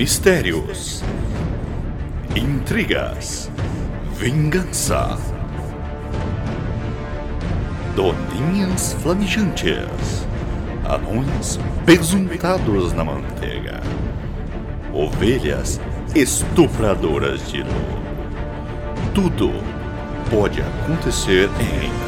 Mistérios, intrigas, vingança, doninhas flamejantes, anões besuntados na manteiga, ovelhas estupradoras de luz. Tudo pode acontecer em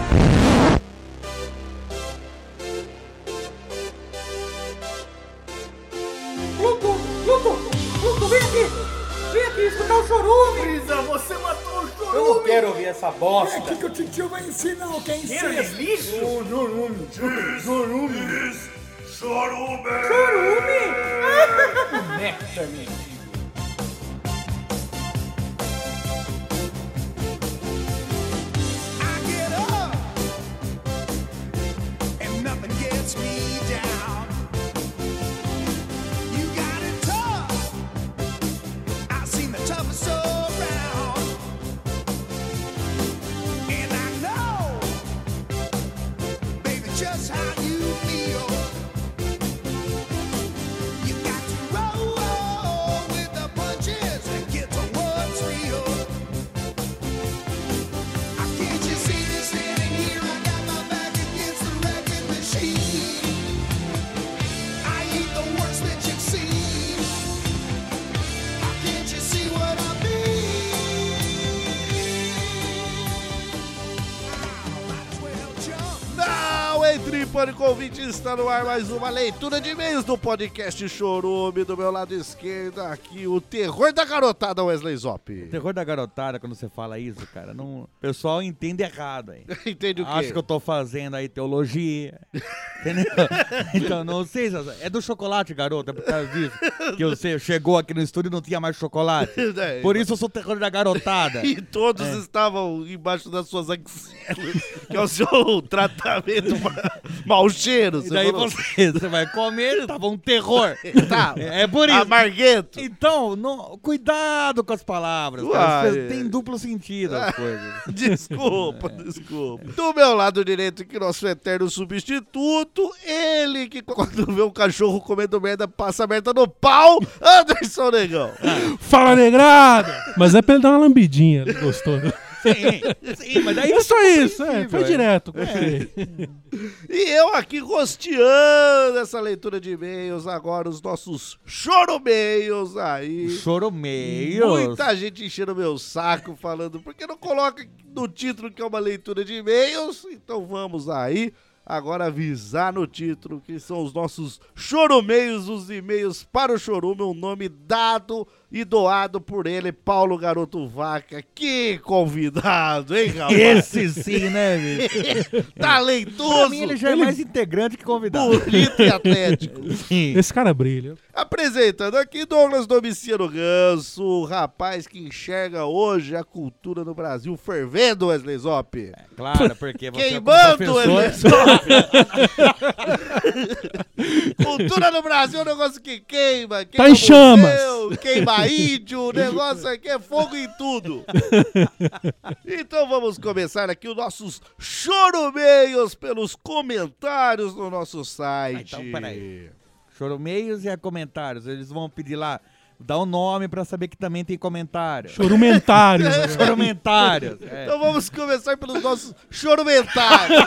Pluto, vem aqui escutar o chorume. Brisa, você matou o chorume. Eu não quero ouvir essa bosta. É aqui que o titio vai ensinar o que é Quero incesto. lixo. Chorume. Chorume? Nectar, meu amigo. I get up and nothing gets me down. You got it tough. I've seen the toughest around. And I know, baby, just how you feel. You got to roll with the punches and get to what's real. Can't you see me standing here? I got my back against the wrecking machine. I ain't the worst that you've seen. Can't you see what I mean? Might as well jump. Não entre em pânico, ouvinte, está no ar mais uma leitura de e-mails do podcast Chorume. Do meu lado esquerdo aqui, o terror da garotada Wesley Zop. O terror da garotada, quando você fala isso, cara, não... o pessoal entende errado aí. Entende o quê? Acho que eu tô fazendo aí teologia, entendeu? Então, não sei, é do chocolate, garoto, é por causa disso que você chegou aqui no estúdio e não tinha mais chocolate. É, Por isso eu sou o terror da garotada. E todos estavam embaixo das suas axilas, que é o seu tratamento mau cheiro. E daí falou. você vai comer, tava um terror. Tá, É por isso. amarguento. Então, cuidado com as palavras, cara. Uai. Tem duplo sentido as coisas. Desculpa. Do meu lado direito, que nosso eterno substituto, ele que quando vê um cachorro comendo merda, passa merda no pau, Anderson Negão. Fala, negrada! Mas é pra ele dar uma lambidinha, ele gostou. Sim, mas daí É só isso, possível, foi direto, gostei. E eu aqui rosteando essa leitura de e-mails, agora os nossos choromeios aí. Choromeios. Muita gente enchendo meu saco falando, por que não coloca no título que é uma leitura de e-mails? Então vamos aí. Agora avisar no título que são os nossos choromeios, os e-mails para o Chorume, um nome dado e doado por ele, Paulo Garoto Vaca. Que convidado, hein, rapaz? Esse sim, né, bicho? Talentoso, Pra mim ele já é mais integrante que convidado. bonito e atlético. Sim. Esse cara brilha. Apresentando aqui Douglas Domiciano Ganso, o rapaz que enxerga hoje a cultura no Brasil fervendo, Wesley Zop. Claro, porque você Queimando, é como Wesley professor... Zop. Cultura no Brasil é um negócio que queima. Tá em chamas. museu, queima índio, o negócio aqui é fogo em tudo. Então vamos começar aqui os nossos choromeios pelos comentários no nosso site. Então, peraí. Choromeios e comentários. Eles vão pedir lá, dá um nome pra saber que também tem comentário. Chorumentário. Choromentários. É. Então vamos começar pelos nossos choromentários.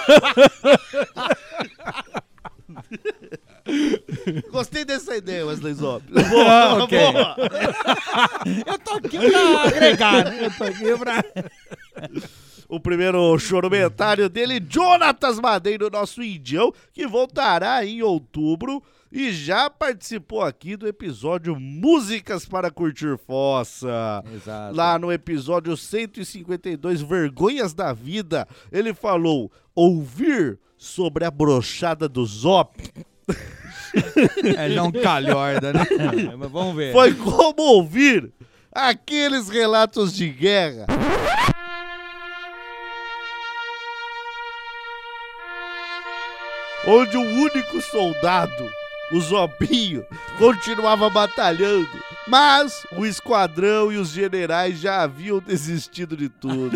Gostei dessa ideia, Wesley Zop. Boa, Ok. boa. Eu tô aqui pra agregar, né? Eu tô aqui pra... O primeiro choromentário dele, Jonatas Madeiro, nosso indião, que voltará em outubro e já participou aqui do episódio Músicas para Curtir Fossa. Exato. Lá no episódio 152, Vergonhas da Vida, ele falou: ouvir sobre a brochada do Zop É já um calhorda, né? Mas vamos ver. foi como ouvir aqueles relatos de guerra. Onde o único soldado, o Zopinho, continuava batalhando Mas o esquadrão e os generais já haviam desistido de tudo.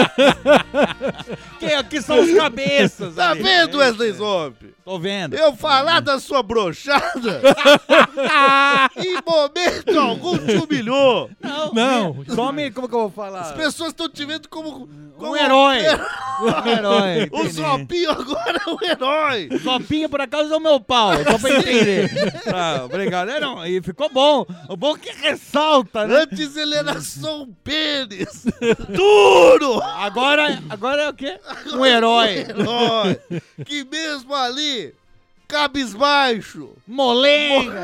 Quem aqui são os cabeças? Tá ali? vendo, Wesley Zomp? Tô vendo. Eu falar da sua brochada em momento algum te humilhou. Não. Some, como que eu vou falar? As pessoas estão te vendo como Um herói. Um herói. O Zopinho agora é um herói. Zopinho, por acaso, é o meu pau. Só pra entender. Tá, obrigado. Não, e ficou bom. O bom é que ressalta, né? Antes ele era só um pênis. Duro. Agora é o quê? Um herói. Herói. Que mesmo ali, cabisbaixo. Molenga.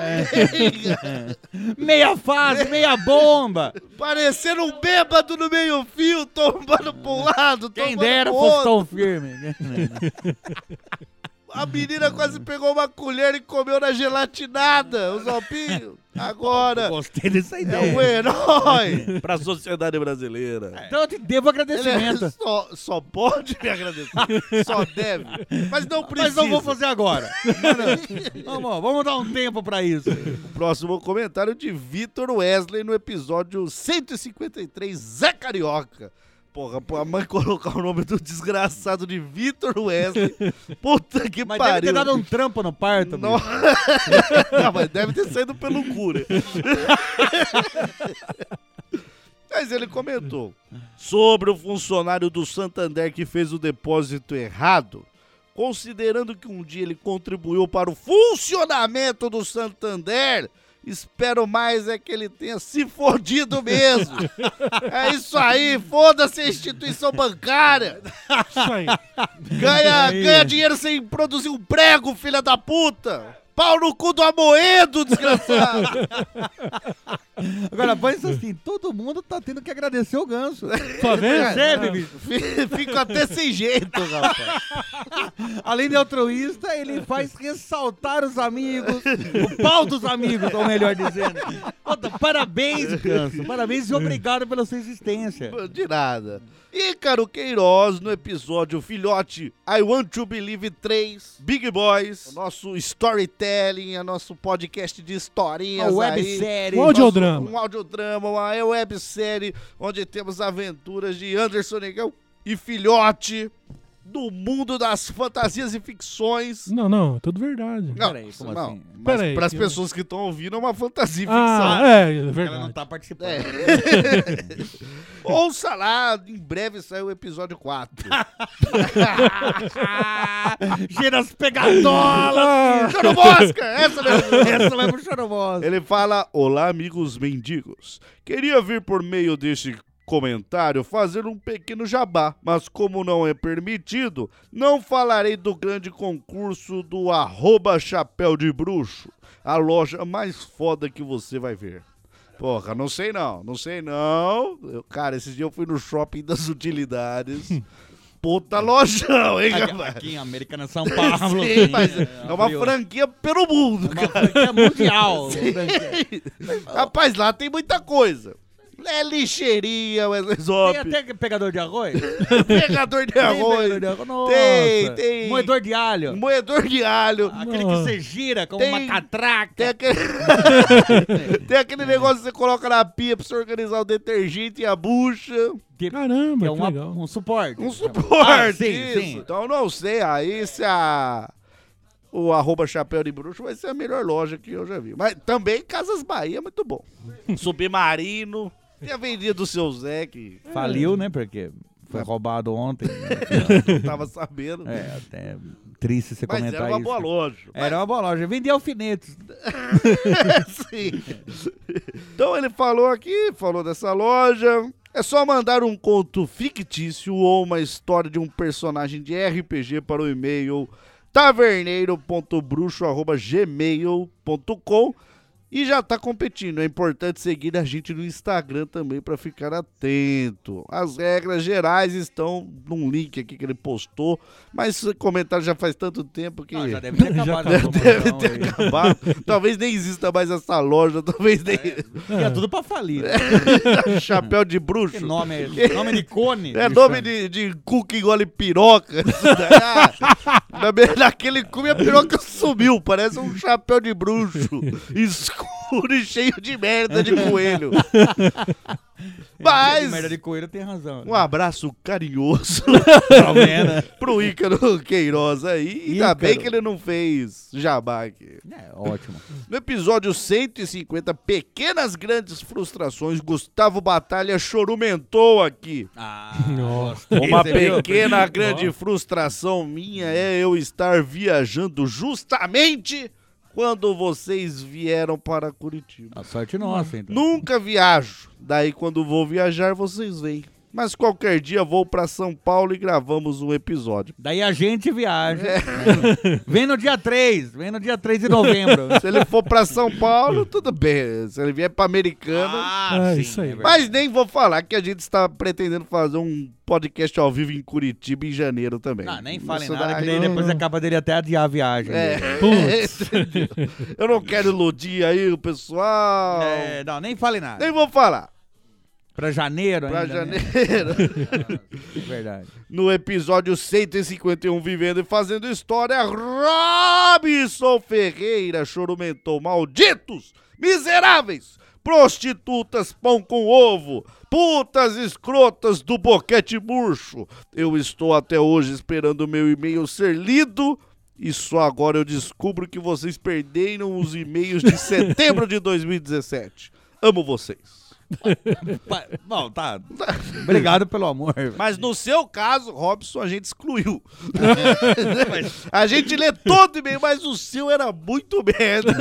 Meia fase, meia bomba. Parecendo um bêbado no meio-fio, tombando pra um lado, Quem tombando dera pro fosse outro. tão firme. A menina quase pegou uma colher e comeu na gelatinada, o Zopinho. Agora Gostei dessa é ideia. um herói pra sociedade brasileira. Então eu te devo agradecimento. Só pode me agradecer, só deve, mas não precisa. Mas não vou fazer agora. Vamos dar um tempo pra isso. Próximo comentário de Vitor Wesley no episódio 153, Zé Carioca. Porra, a mãe colocar o nome do desgraçado de Vitor Wesley. Puta que Mas pariu. deve ter dado um trampo no parto. Não, bicho. Não, mas deve ter saído pelo cura. Mas ele comentou sobre o funcionário do Santander que fez o depósito errado. Considerando que um dia ele contribuiu para o funcionamento do Santander, espero mais é que ele tenha se fodido mesmo. É isso aí, foda-se a instituição bancária. Isso aí. Ganha dinheiro sem produzir um prego, filha da puta. Pau no cu do Amoedo, desgraçado. Agora, pensa assim, todo mundo tá tendo que agradecer o Ganso. Tá vendo? Percebe, bicho? Fico até sem jeito, rapaz. Além de altruísta, ele faz ressaltar os amigos, o pau dos amigos, ou melhor dizendo. Puta, parabéns, Ganso. Parabéns e obrigado pela sua existência. De nada. Ícaro Queiroz no episódio Filhote I Want to Believe 3, Big Boys, o nosso storytelling, o nosso podcast de historinhas Uma aí. websérie. Um audiodrama. Um audiodrama, uma websérie onde temos aventuras de Anderson Negão e Filhote do mundo das fantasias e ficções. Não, é tudo verdade. Não, Peraí, como não, assim? mas Peraí, para as que- pessoas que estão ouvindo é uma fantasia e Ah, ficção. é Ela não verdade. tá participando. É. Ouça lá, em breve sai o episódio 4. Cheira as pegadolas. Chorobosca! Essa mesmo. Essa vai pro chorobosca. Ele fala: olá, amigos mendigos. Queria vir por meio deste comentário fazer um pequeno jabá, mas como não é permitido, não falarei do grande concurso do @chapéu de bruxo, a loja mais foda que você vai ver. Porra, não sei não. Cara, esses dias eu fui no shopping das utilidades. Puta lojão, hein, rapaz? Aqui em Americana São Paulo. Sim, mas é uma abriu. franquia pelo mundo, Uma cara. franquia mundial. Rapaz, lá tem muita coisa. É lixeiria, Wesley Zop. Tem até pegador de arroz? Pegador de arroz. Tem pegador de arroz? Nossa. Tem. Moedor de alho? Moedor de alho. Aquele que Nossa. você gira como Tem- uma catraca. Tem aquele... tem aquele negócio que você coloca na pia pra você organizar o detergente e a bucha. Caramba, Que é que legal. um suporte. Um suporte. sim, isso. sim. Então eu não sei. Aí se o @chapéu de bruxo vai ser a melhor loja que eu já vi. Mas também Casas Bahia é muito bom. Submarino. Tem a vendinha do seu Zé que Faliu, né? Porque foi roubado ontem. né? não tava sabendo. É, até triste você Mas comentar era uma isso. boa loja. Era uma boa loja. Vendia alfinetes. Sim. Então ele falou dessa loja. É só mandar um conto fictício ou uma história de um personagem de RPG para o e-mail taverneiro.bruxo@gmail.com e já tá competindo. É importante seguir a gente no Instagram também para ficar atento. As regras gerais estão num link aqui que ele postou, mas esse comentário já faz tanto tempo que... Não, já deve ter acabado. a Deve promoção ter aí. acabado. Talvez nem exista mais essa loja, talvez nem... É tudo pra falir. Chapéu de Que bruxo. nome é nome de cone? É nome de cu que engole piroca. Isso daí, naquele cu a piroca sumiu, parece um chapéu de bruxo. Escuro. escuro e cheio de merda de coelho. De Mas merda de coelho tem razão. um abraço carinhoso Tá vendo? pro Ícaro Queiroz aí. Ainda Ícaro. bem que ele não fez jabá aqui. É, ótimo. No episódio 150, Pequenas Grandes Frustrações, Gustavo Batalha chorumentou aqui. Ah, Nossa. Uma Você viu? pequena grande frustração minha é eu estar viajando justamente quando vocês vieram para Curitiba. A sorte nossa, então. Nunca viajo, daí quando vou viajar vocês vêm. Mas qualquer dia vou para São Paulo e gravamos um episódio. Daí a gente viaja. Vem no dia 3. Vem no dia 3 de novembro. Se ele for para São Paulo, tudo bem. Se ele vier para Americana... Ah, isso aí. Mas nem vou falar que a gente está pretendendo fazer um podcast ao vivo em Curitiba em janeiro também. Não, nem falem Isso nada, que daí- daí depois acaba dele até adiar a viagem. É. dele. Eu não quero iludir aí o pessoal. É, não, nem falem nada. Nem vou falar. Pra janeiro Pra ainda, né? janeiro. Verdade. No episódio 151, Vivendo e Fazendo História, Robson Ferreira chorumentou: malditos, miseráveis, prostitutas, pão com ovo, putas escrotas do boquete murcho. Eu estou até hoje esperando o meu e-mail ser lido e só agora eu descubro que vocês perderam os e-mails de setembro de 2017. Amo vocês. Bom, tá. Obrigado pelo amor. Mas no seu caso, Robson, a gente excluiu. A gente lê todo e-mail, mas o seu era muito merda.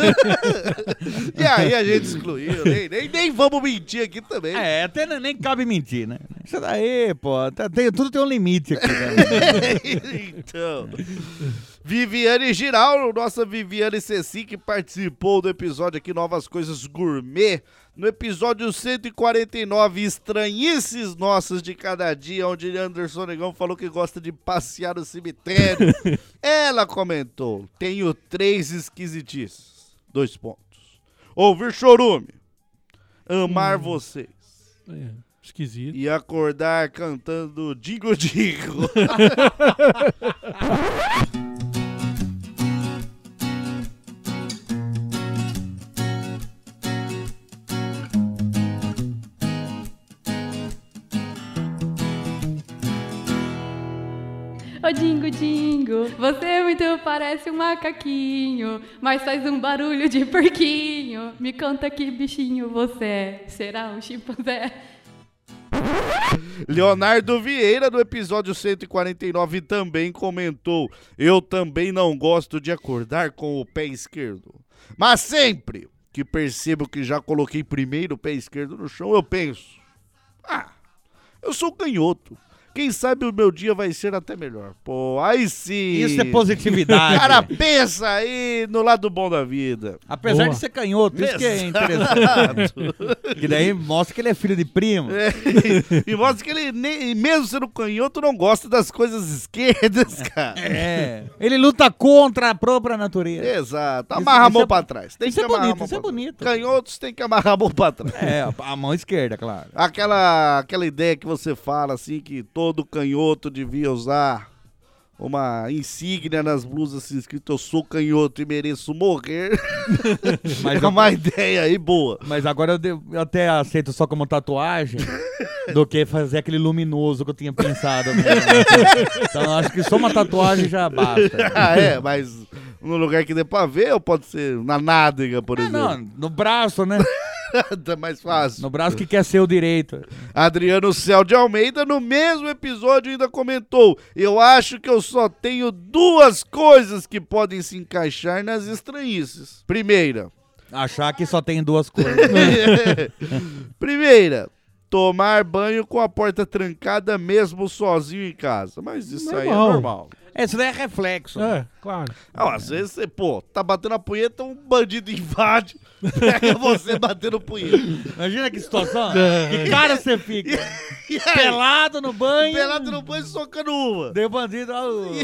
E aí a gente excluiu. Nem vamos mentir aqui também. É, até nem cabe mentir, né? Isso daí, pô, tudo tem um limite aqui, né? Então, Viviane Giral, nossa Viviane Ceci, que participou do episódio aqui Novas Coisas Gourmet, no episódio 149, Estranhices Nossas de Cada Dia, onde Anderson Negão falou que gosta de passear no cemitério. Ela comentou: tenho 3 esquisitices. 2 pontos. Ouvir chorume, amar vocês É, esquisito. e acordar cantando Dingo Dingo. Ô Dingo Dingo, você muito parece um macaquinho, mas faz um barulho de porquinho. Me conta que bichinho você é, será um chimpanzé? Leonardo Vieira, no episódio 149, também comentou: eu também não gosto de acordar com o pé esquerdo, mas sempre que percebo que já coloquei primeiro o pé esquerdo no chão, eu penso: eu sou canhoto. Quem sabe o meu dia vai ser até melhor. Pô, aí sim. Isso é positividade. Cara, pensa aí no lado bom da vida. Apesar Boa. de ser canhoto, isso que é interessante. Que daí mostra que ele é filho de primo. E mostra que ele, mesmo sendo canhoto, não gosta das coisas esquerdas, cara. É. Ele luta contra a própria natureza. Exato. Amarra a isso mão é- pra trás. Tem isso que é amarrar a bonito, mão isso é pra trás. bonito. Canhotos tem que amarrar a mão pra trás. É, a mão esquerda, claro. Aquela ideia que você fala, assim, que todo canhoto devia usar uma insígnia nas blusas assim, escrito: eu sou canhoto e mereço morrer. Mas É uma ideia aí boa. Mas agora eu até aceito só como tatuagem do que fazer aquele luminoso que eu tinha pensado mesmo. Então eu acho que só uma tatuagem já basta. Ah, é, mas no lugar que dê pra ver, ou pode ser na nádega, por exemplo. Não, no braço, né? Tá mais fácil. No braço que quer ser o direito. Adriano Céu de Almeida, no mesmo episódio, ainda comentou: eu acho que eu só tenho 2 coisas que podem se encaixar nas estranhices. Primeira, Achar que só tem 2 coisas. Primeira, tomar banho com a porta trancada mesmo sozinho em casa. Mas isso aí é Normal. normal. Isso daí é reflexo. É, claro. Não, às vezes você, tá batendo a punheta, um bandido invade, pega você batendo punheta. Imagina que situação. Que cara você fica. E aí, Pelado no banho. pelado no banho socando uma. Deu bandido.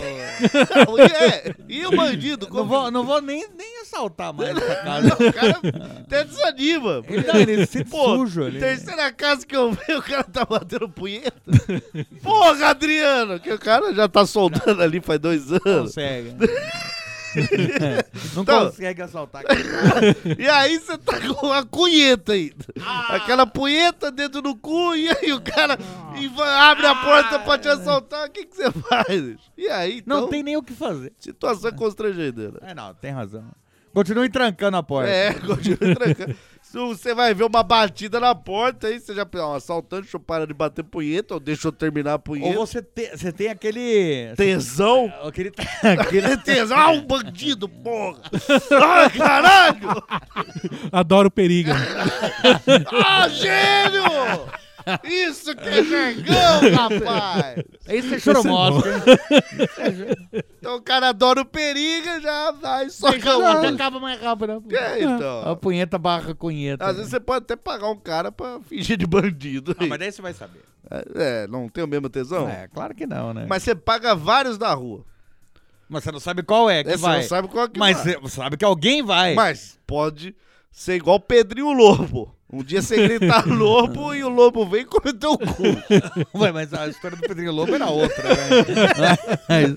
E o bandido? Não vou nem assaltar mais essa casa. O cara até desanima. Ele se sente Pô, sujo ali. terceira casa que eu vi, o cara tá batendo punheta. Porra, Adriano, que o cara já tá soltando ali faz 2 anos. Consegue. Não Então- consegue assaltar. E aí você tá com a punheta ainda. Aquela punheta dentro do cu, e aí o cara abre a porta pra te assaltar, o que você faz? E aí, então, Não tem nem o que fazer. situação constrangedora. Não, tem razão. Continue trancando a porta. Continua trancando. Se você vai ver uma batida na porta, aí você já pensa, um assaltante, deixa eu parar de bater punheta, ou deixa eu terminar a Ou punheta. você tem aquele... Tesão? Aquele... Aquele tesão. Ah, um bandido, porra! Ah, caralho! Adoro periga. Ah, gênio! Isso que é jargão, rapaz! Isso é choromosca. Então o cara adora o periga, já vai só acabou. Acaba mais rápido. É, então. A punheta barra cunheta. Às vezes você pode até pagar um cara pra fingir de bandido. Ah, mas daí você vai saber. Não tem o mesmo tesão? Claro que não, né? Mas você paga vários da rua. Mas você não sabe qual é que Você vai. não sabe qual é que Mas vai. você sabe que alguém vai. Mas pode ser igual o Pedrinho Lobo. Um dia você grita lobo e o lobo vem comer teu cu. Ué, mas a história do Pedrinho Lobo era outra, né?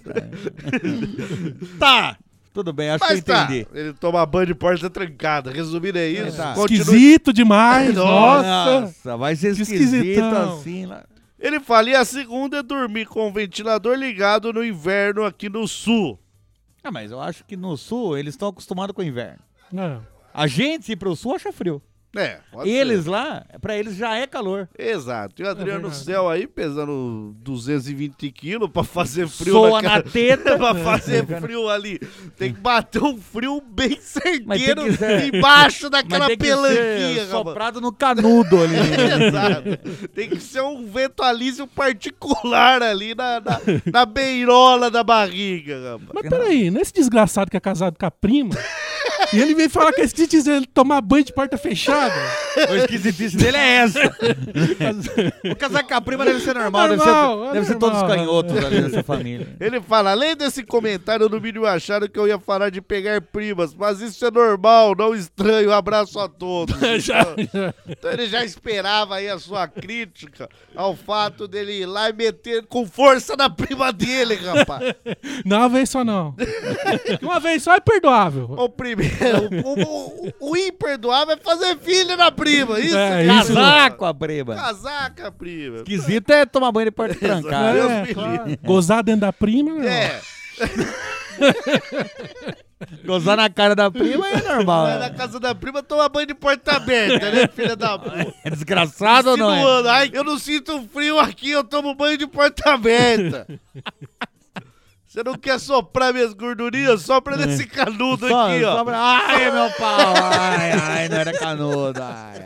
Tá, tudo bem, acho Mas que eu entendi. ele toma banho de porta trancada. Resumindo é isso. Tá. Continua. Esquisito demais. Nossa. Nossa. Vai ser Que esquisito esquisitão. assim. Lá. Ele fala, e a segunda é dormir com o ventilador ligado no inverno aqui no sul. Ah, mas eu acho que no sul eles estão acostumados com o inverno. Não. A gente ir pro sul acha frio. Pode Eles lá, pra eles já é calor. ser. Exato. E o Adriano verdade. Céu aí, pesando 220 quilos pra fazer frio Soa naquela- na teta. pra fazer frio ali. Tem que bater um frio bem Mas certeiro tem que ser- embaixo Mas daquela tem que pelanquinha, ser rapaz. soprado no canudo ali. Exato. Tem que ser um vento alísio particular ali na beirola da barriga, rapaz. Mas peraí, não é esse desgraçado que é casado com a prima? E ele veio falar que é esquisito ele tomar banho de porta fechada. O esquisitice dele é essa. O casar com a prima deve ser normal, Normal, deve ser normal. todos canhotos ali nessa família. Ele fala, além desse comentário, no vídeo acharam que eu ia falar de pegar primas, mas isso é normal, não estranho, abraço a todos. Então ele já esperava aí a sua crítica ao fato dele ir lá e meter com força na prima dele, rapaz. Não, uma vez só não. Uma vez só é perdoável. O primeiro, o imperdoável é fazer filho na prima, isso, É, cara. isso. Casar com a prima. Casar com a prima. Esquisito é tomar banho de porta trancada. Deus É, me claro. livre. Gozar dentro da prima, não. É, Gozar na cara da prima é normal. vai na casa da prima tomar banho de porta aberta, né, filha da puta? É desgraçado ou não é? Insinuando, ai, eu não sinto frio aqui, eu tomo banho de porta aberta. Você não quer soprar minhas gordurinhas? Sopra nesse canudo aqui, ó. Ai, meu pau. Ai, não era canudo. Ai.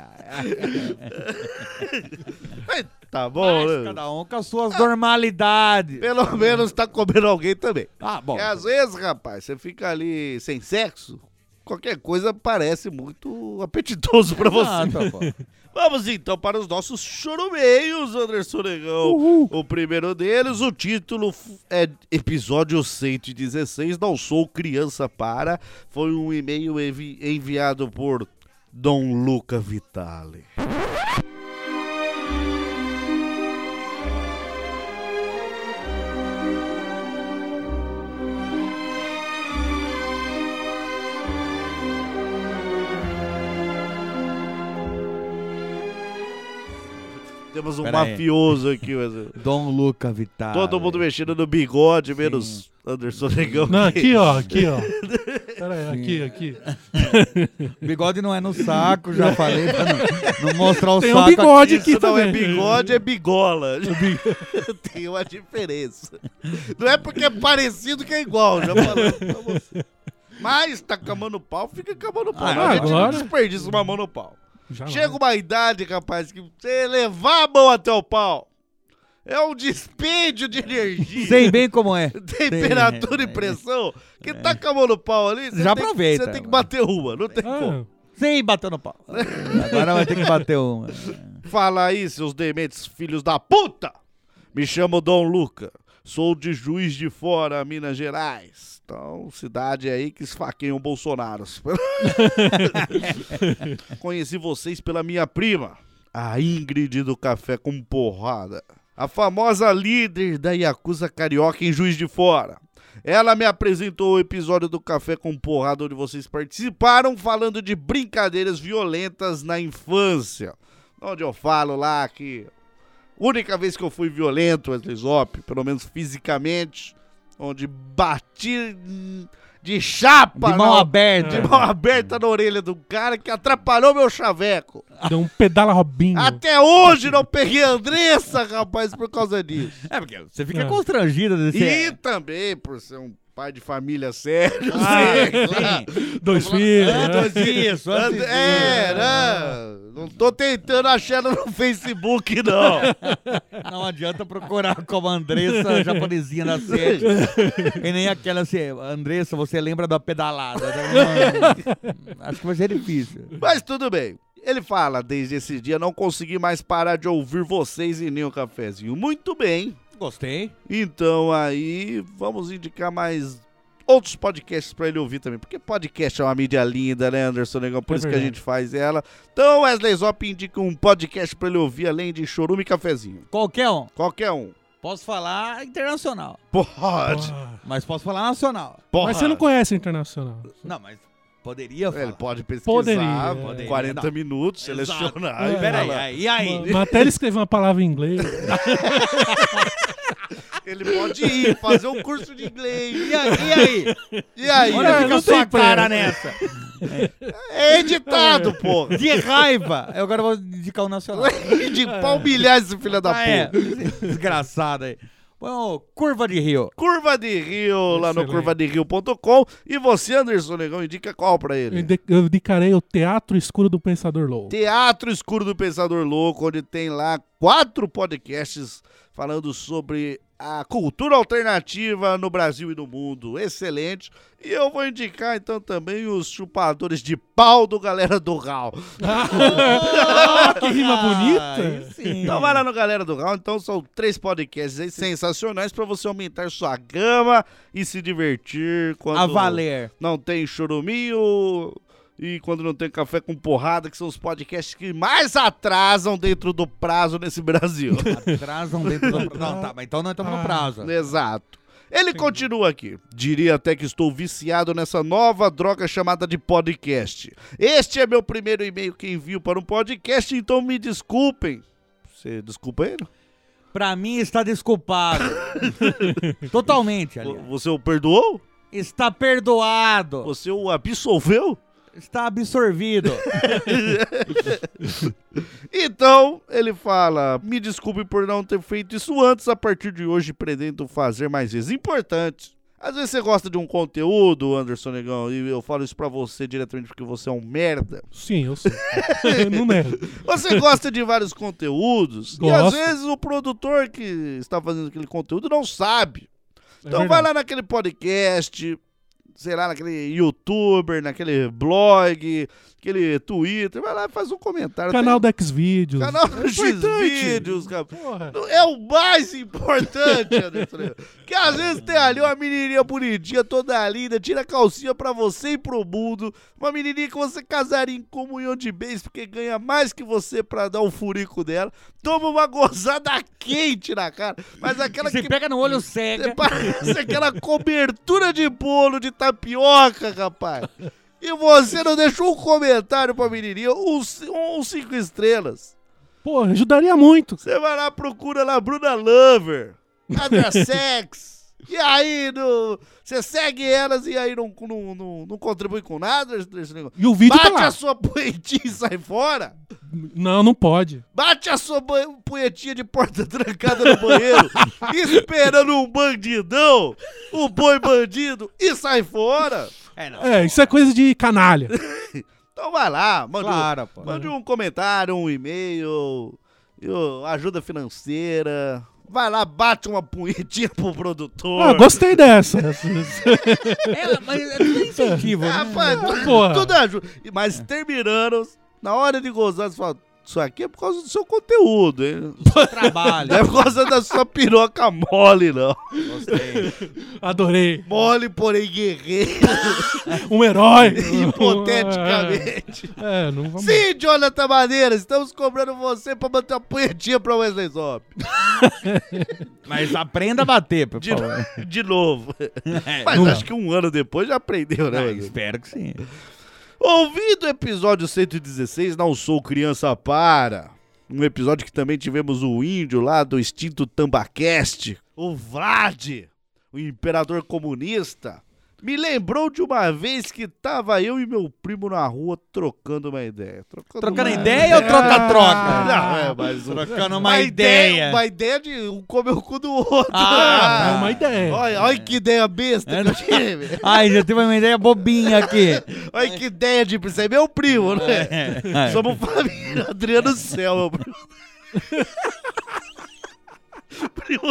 Tá bom, Mas né? cada um com as suas normalidades. Pelo menos tá comendo alguém também. Ah, bom. Porque às vezes, rapaz, você fica ali sem sexo, qualquer coisa parece muito apetitoso pra você. Ah, tá bom. Vamos então para os nossos choromeios, Anderson Negão. O primeiro deles, o título é episódio 116, Não Sou Criança Para. Foi um e-mail enviado por Dom Luca Vitale. Temos um Pera aí. mafioso aqui, mas... Dom Luca Vitale. Todo mundo mexendo no bigode, menos Anderson Negão. Não, aqui, ó. Pera aí, aqui. Bigode não é no saco, já falei pra não mostrar o Tem saco. um bigode Isso aqui não é também. bigode, é bigola. Tem uma diferença. Não é porque é parecido que é igual, já falando pra você. Mas tá camando pau, fica camando pau. Ah, a gente não agora? desperdiça uma mão no pau. Já Chega vai. uma idade, rapaz, que você levar a mão até o pau é um dispêndio de energia. Sei bem como é. Temperatura e pressão, que tá com a mão no pau ali, você Já tem, aproveita, você tem que mano. bater uma, não tem como. Sim, bateu no pau. Agora vai ter que bater uma. Fala aí, seus dementes filhos da puta! Me chamo Dom Luca, sou de Juiz de Fora, Minas Gerais. Então, cidade aí que esfaqueiam Bolsonaro. Conheci vocês pela minha prima, a Ingrid do Café com Porrada. A famosa líder da Yakuza Carioca em Juiz de Fora. Ela me apresentou o episódio do Café com Porrada, onde vocês participaram, falando de brincadeiras violentas na infância. Onde eu falo lá que a única vez que eu fui violento, Wesley Zop, pelo menos fisicamente, onde bati de chapa, De mão aberta. de mão aberta na orelha do cara que atrapalhou meu chaveco. Deu um pedala Robinho. Até hoje não peguei a Andressa, rapaz, por causa disso. É, porque você fica constrangido desse... E também por ser um pai de família sério. sim. Dois filhos. né? Antes disso. Não tô tentando achar ela no Facebook, não. Não adianta procurar como a Andressa, japonesinha da sede. E nem aquela assim, Andressa, você lembra da pedalada? Não, acho que vai ser difícil. Mas tudo bem. Ele fala, desde esse dia não consegui mais parar de ouvir vocês e nem o cafezinho. Muito bem. Gostei. Então aí, vamos indicar mais outros podcasts pra ele ouvir também. Porque podcast é uma mídia linda, né, Anderson Negão? Por isso que a verdade. gente faz ela. Então Wesley Zop indica um podcast pra ele ouvir, além de Chorume e Cafezinho. Qualquer um. Qualquer um. Posso falar internacional, Pode. mas posso falar nacional. Mas você não conhece o Internacional. Não, mas poderia falar. Ele pode pesquisar, Poderia, 40 não. minutos, Exato. selecionar. e Peraí, falar. e aí? Mas até ele escreveu uma palavra em inglês. Ele pode ir, fazer um curso de inglês. E aí? E aí? Olha, É, fica não sua tem cara pressa. nessa. É editado, pô. De raiva. Eu agora vou indicar o nacional. De palmilhar esse filho da puta. Desgraçado aí. Põe o Curva de Rio. Curva de Rio, lá no Excelente. curvaderio.com. E você, Anderson Negão, indica qual pra ele? Eu indicarei o Teatro Escuro do Pensador Louco. Teatro Escuro do Pensador Louco, onde tem lá 4 podcasts falando sobre a cultura alternativa no Brasil e no mundo. Excelente. E eu vou indicar então também os chupadores de pau do Galera do Raul. Que rima bonita. Aí sim. Então vai lá no Galera do Raul. Então são 3 podcasts aí sensacionais pra você aumentar sua gama e se divertir quando A valer. não tem choruminho e quando não tem café com porrada, que são os podcasts que mais atrasam dentro do prazo nesse Brasil. Atrasam dentro do... Não, tá, mas então nós estamos no prazo. Exato. Ele continua aqui. Diria até que estou viciado nessa nova droga chamada de podcast. Este é meu primeiro e-mail que envio para um podcast, então me desculpem. Você desculpa ele? Pra mim está desculpado. Totalmente, aliás. Você o perdoou? Está perdoado. Você o absolveu? Está absorvido. Então, ele fala, me desculpe por não ter feito isso antes, a partir de hoje pretendo fazer mais vezes. Importante. Às vezes você gosta de um conteúdo, Anderson Negão, e eu falo isso pra você diretamente porque você é um merda. Sim, eu sei. Não nego. Você gosta de vários conteúdos, e às Gosto. vezes o produtor que está fazendo aquele conteúdo não sabe. É Então vai lá naquele podcast, sei lá, naquele youtuber, naquele blog, aquele Twitter, vai lá e faz um comentário. Canal do Xvideos. Canal do importante. Xvideos, cara. Porra. É o mais importante, Anderson Negão. Que às vezes tem ali uma menininha bonitinha, toda linda, tira a calcinha pra você e pro mundo. Uma menininha que você casaria em comunhão de bens, porque ganha mais que você pra dar o furico dela. Toma uma gozada quente na cara. Mas aquela Você que pega no olho cego. parece aquela cobertura de bolo de tapioca, rapaz. E você não deixou um comentário pra menininha, uns 5 estrelas. Porra, ajudaria muito. Você vai lá, procura lá Bruna Lover, Adria Sex, e aí você segue elas e aí não contribui com nada. E o vídeo Bate tá lá. a sua punhetinha e sai fora. Não pode. Bate a sua punhetinha de porta trancada no banheiro, esperando um bandidão, um boi bandido, e sai fora. Isso é coisa de canalha. Então vai lá, Claro, pô. mande um comentário, um e-mail, ajuda financeira. Vai lá, bate uma punhetinha pro produtor. Ah, gostei dessa. Mas é tudo incentivo, né? Rapaz, Porra. tudo ajuda. Mas terminando, na hora de gozar, você fala, disso aqui é por causa do seu conteúdo, hein? Trabalho. Não é por causa da sua piroca mole, não. Gostei. Adorei. Mole, porém guerreiro, Um herói. hipoteticamente. Não vamos... Sim, Jonathan Madeira, estamos cobrando você pra bater uma punhetinha pra Wesley Zop. Mas aprenda a bater, por favor. De novo. Mas não. acho que um ano depois já aprendeu, né? Wesley? Espero que sim. Ouvindo o episódio 116, Não Sou Criança Para. Um episódio que também tivemos o índio lá do extinto Tambacast, o Vlad, o imperador comunista. Me lembrou de uma vez que tava eu e meu primo na rua trocando uma ideia. Trocando ideia ou troca-troca? Não, mas Trocando uma ideia. Uma ideia de um comer o cu do outro. É uma ideia. Olha que ideia besta que eu tive. Ai, já tive uma ideia bobinha aqui. Olha que ideia de... Você é meu primo, né? É. Somos família. Adriano Céu, meu primo. Primo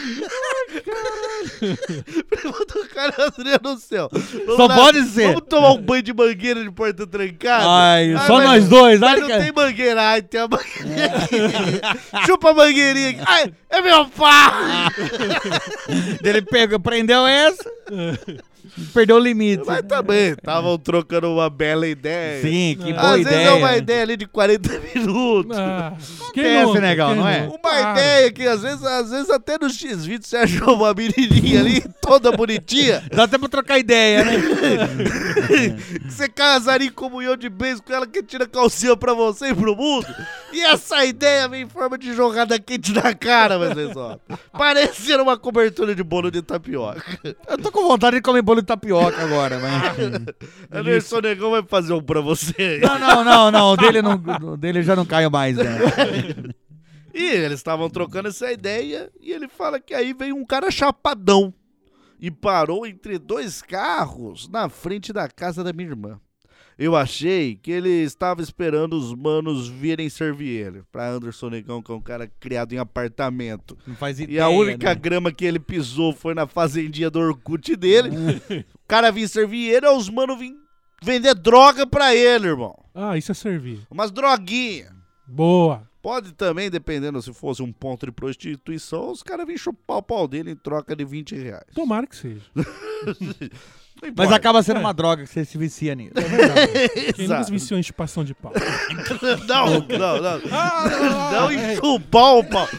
do cara, Adriano Céu. Só pode ser. Vamos tomar um banho de mangueira de porta trancada? Ai, Ah, só mas- nós dois. Mas Ai, não cara. tem mangueira. Ai, tem a mangueirinha aqui. Chupa a mangueirinha aqui. Ai, é meu pai. Ele prendeu essa, perdeu o limite. Mas também, estavam trocando uma bela ideia. Sim, que Às boa vezes ideia. é uma ideia ali de 40 minutos. Quem Acontece, nunca? negão, Quem não é? nunca? Uma ideia que às vezes até no X-Video você achou uma menininha ali, toda bonitinha. Dá até pra trocar ideia, né? Que você casaria em comunhão de bens com ela que tira calcinha pra você e pro mundo. E essa ideia vem em forma de jogada quente na cara, mas é só. Parece ser uma cobertura de bolo de tapioca. Eu tô com vontade de comer bolo de tapioca agora, mas... Anderson Negão vai fazer um pra você. Não, o dele já não caiu mais, né? E eles estavam trocando essa ideia e ele fala que aí veio um cara chapadão e parou entre dois carros na frente da casa da minha irmã. Eu achei que ele estava esperando os manos virem servir ele. Pra Anderson Negão, que é um cara criado em apartamento. Não faz ideia, E a única né? grama que ele pisou foi na fazendinha do Orkut dele. O cara vinha servir ele, aí os manos vinham vender droga pra ele, irmão. Ah, isso é servir. Umas droguinhas. Boa. Pode também, dependendo se fosse um ponto de prostituição, os caras vinham chupar o pau dele em troca de R$20. Tomara que seja. Não Mas importa. acaba sendo uma droga que você se vicia nisso. É verdade. Quem nunca Exato. se viciou em chupação de pau? Não. Não em chupar o pau.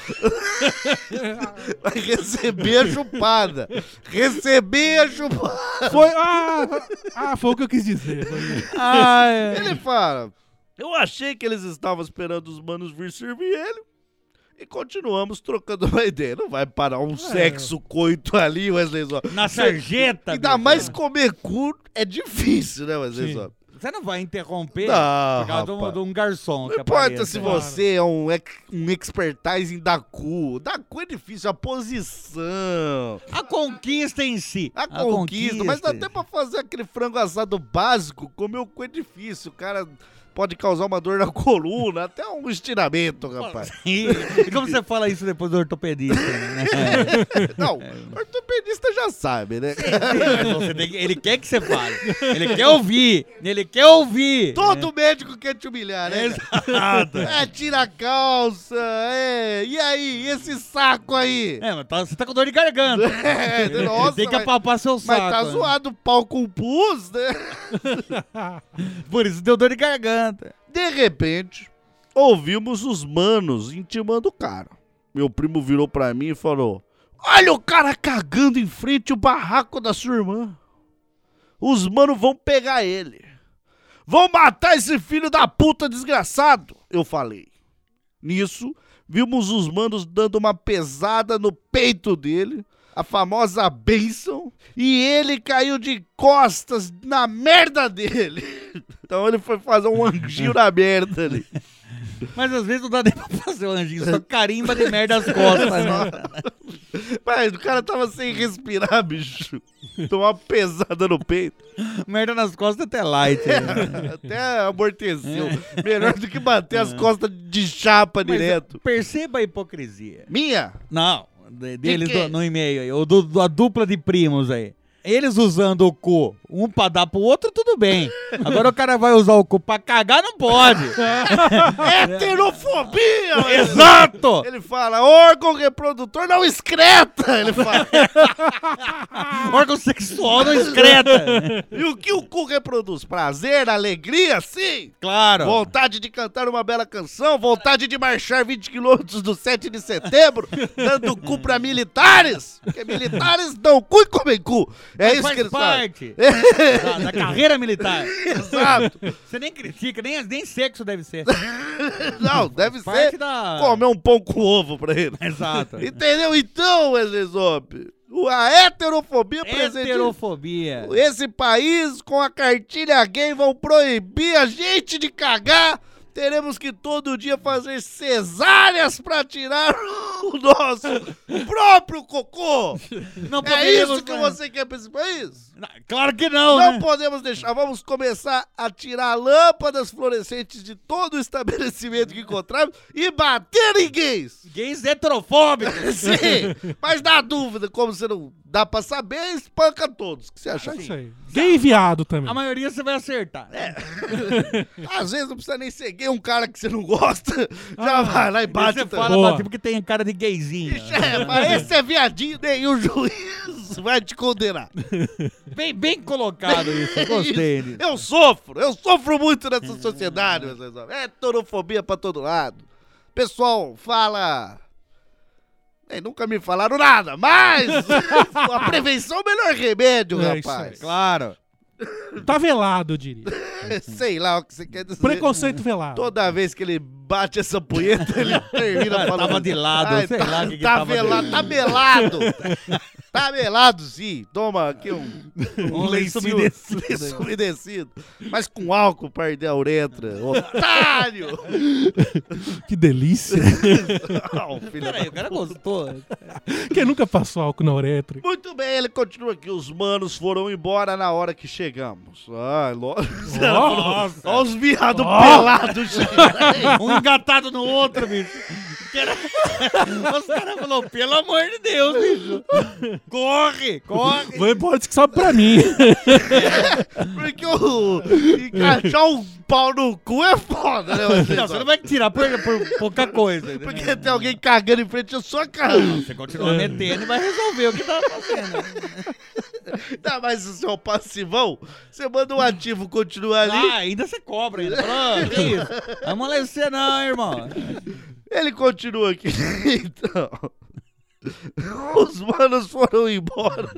Vai receber a chupada. Receber a chupada. Foi, foi o que eu quis dizer. Ele fala, eu achei que eles estavam esperando os manos vir servir ele. E continuamos trocando uma ideia. Não vai parar um sexo coito ali, Wesley Zop. Na sarjeta. Ainda bicho. mais comer cu é difícil, né, Wesley Sim. Zop? Você não vai interromper Não, por causa rapaz. de um garçom. Não que importa apareça. se você é um expertise da cu. Da cu é difícil, a posição, A conquista em si. a conquista. Mas dá até pra fazer aquele frango assado básico, comer o cu é difícil. O cara pode causar uma dor na coluna, até um estiramento, rapaz. E como você fala isso depois do ortopedista? Né? Não, o ortopedista já sabe, né? Mas você ele quer que você fale. Ele quer ouvir. Ele quer ouvir. Todo médico quer te humilhar, né? Exato. Tira a calça, e aí, esse saco aí? Mas você tá com dor de garganta. Nossa, Tem que apalpar seu mas saco. tá né? zoado o pau com pus, né? Por isso deu dor de garganta. De repente, ouvimos os manos intimando o cara. Meu primo virou pra mim e falou: olha o cara cagando em frente ao barraco da sua irmã. Os manos vão pegar ele. Vão matar esse filho da puta desgraçado, eu falei. Nisso, vimos os manos dando uma pesada no peito dele, a famosa bênção, e ele caiu de costas na merda dele. Então ele foi fazer um anjinho na merda ali. Mas às vezes não dá nem pra fazer o anjinho, só carimba de merda as costas. Né? Mas o cara tava sem respirar, bicho. Tomou uma pesada no peito. Merda nas costas até light. Né? Até amorteceu. Melhor do que bater as costas de chapa Mas direto. perceba a hipocrisia. Minha? Não, deles quê? no e-mail aí, ou da dupla de primos aí. Eles usando o cu, um pra dar pro outro, tudo bem. Agora o cara vai usar o cu pra cagar, não pode. Heterofobia! Exato! Ele fala, órgão reprodutor não excreta! Ele fala. Órgão sexual não excreta. E o que o cu reproduz? Prazer, alegria, sim! Claro. Vontade de cantar uma bela canção, vontade de marchar 20 quilômetros do 7 de setembro, dando cu pra militares, porque militares dão cu e comem cu. É isso que eles fazem. Faz parte da carreira militar. Exato. Você nem critica, nem sexo deve ser. Não, deve Parte ser da... comer um pão com ovo pra ele. Exato. Entendeu? Então, Wesley Zop, a heterofobia presente... Heterofobia. Esse país, com a cartilha gay, vão proibir a gente de cagar. Teremos que todo dia fazer cesáreas pra tirar o nosso próprio cocô. Não É poderíamos, isso que né? você quer pra esse país? Claro que não, Não né? podemos deixar. Vamos começar a tirar lâmpadas fluorescentes de todo o estabelecimento que encontrarmos e bater em gays. Gays heterofóbicos. Sim, mas na dúvida, como você não dá pra saber, espanca todos. O que você acha? É isso aí. Gay e viado também. A maioria você vai acertar. Às vezes não precisa nem ser gay, um cara que você não gosta, já vai lá e Aí bate você também. fala, Boa. bater porque tem cara de gayzinho. É, mas esse é viadinho, nenhum juiz vai te condenar. Bem colocado isso, eu gostei disso. Eu sofro muito nessa sociedade, meus amigos. É heterofobia pra todo lado. Pessoal fala... nunca me falaram nada, mas a prevenção é o melhor remédio, É isso rapaz. aí. Claro. Tá velado, eu diria. Sei lá o que você quer dizer. Preconceito velado. Toda vez que ele bate essa punheta, ele termina falando... Tava de lado, Ai, sei lá o que tá tava velado, de- tá melado. Tá melado, sim. Toma aqui um lenço lencinho- umedecido. lenço umedecido. Mas com álcool pra arder a uretra. Otário! Que delícia. Não, filho da- Peraí, o cara gostou. Quem nunca passou álcool na uretra? Muito bem, ele continua aqui. Os manos foram embora na hora que chegamos. Ai, lógico. Nossa. Olha os viados pelados. Um engatado no outro, bicho. Os caras falaram, pelo amor de Deus, bicho. Corre. Vai embora, que sobe pra mim. Porque encaixar um pau no cu é foda, né? Não, você não vai tirar por pouca coisa. Entendeu? Porque tem alguém cagando em frente à sua cara. Você continua metendo e vai resolver o que tá fazendo. Tá, mas o seu passivão, você manda um ativo continuar ali, Ah, ainda você cobra ainda. Fala, que isso? Vai amolecer não, irmão. ele continua aqui. Então... Os manos foram embora.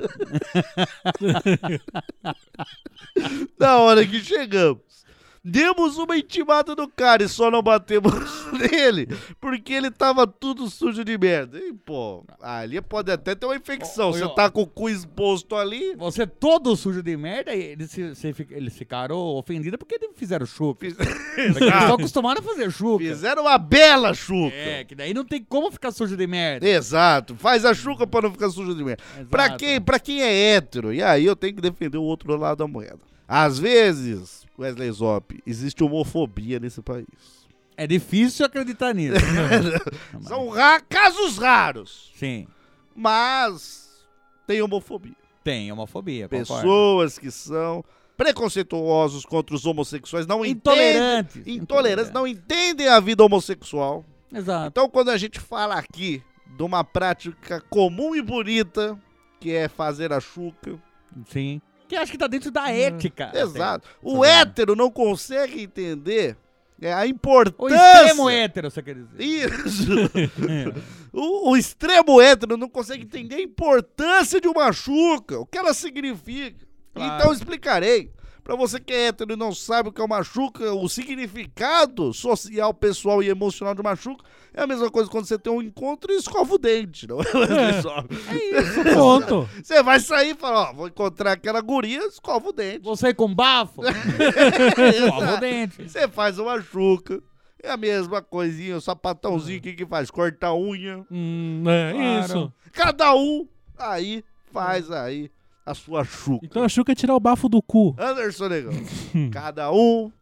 Na hora que chegamos. Demos uma intimada no cara e só não batemos nele porque ele tava tudo sujo de merda. E, pô, ali pode até ter uma infecção. Você tá com o cu exposto ali. Você todo sujo de merda, eles ficaram ofendidos porque fizeram chuca. Eles estão acostumados a fazer chuca. Fizeram uma bela chuca. É, que daí não tem como ficar sujo de merda. Exato, faz a chuca pra não ficar sujo de merda. Exato. Pra quem é hétero, e aí eu tenho que defender o outro lado da moeda. Às vezes, Wesley Zop, existe homofobia nesse país. É difícil acreditar nisso. São casos raros, Sim, mas tem homofobia. tem homofobia, concordo. Pessoas que são preconceituosos contra os homossexuais, não Intolerantes. entendem, intolerantes, não entendem a vida homossexual. Exato. Então, quando a gente fala aqui de uma prática comum e bonita, que é fazer a chuca, Sim. Que acho que tá dentro da ética. exato. até. O hétero não consegue entender a importância. O extremo hétero, você quer dizer. Isso. o extremo hétero não consegue entender a importância de uma chuca, o que ela significa. Claro. Então eu explicarei. Pra você que é hétero e não sabe o que é uma chuca, o significado social, pessoal e emocional de uma chuca é a mesma coisa quando você tem um encontro e escova o dente, não é? Pronto. Você vai sair e fala, ó, vou encontrar aquela guria, escova o dente. Você com bafo? Escova o dente. Você faz uma chuca, é a mesma coisinha, o sapatãozinho aqui que faz, corta a unha. É Claro. isso. Cada um aí faz aí a sua chuca. Então a Xuca é tirar o bafo do cu. Anderson Negão, cada um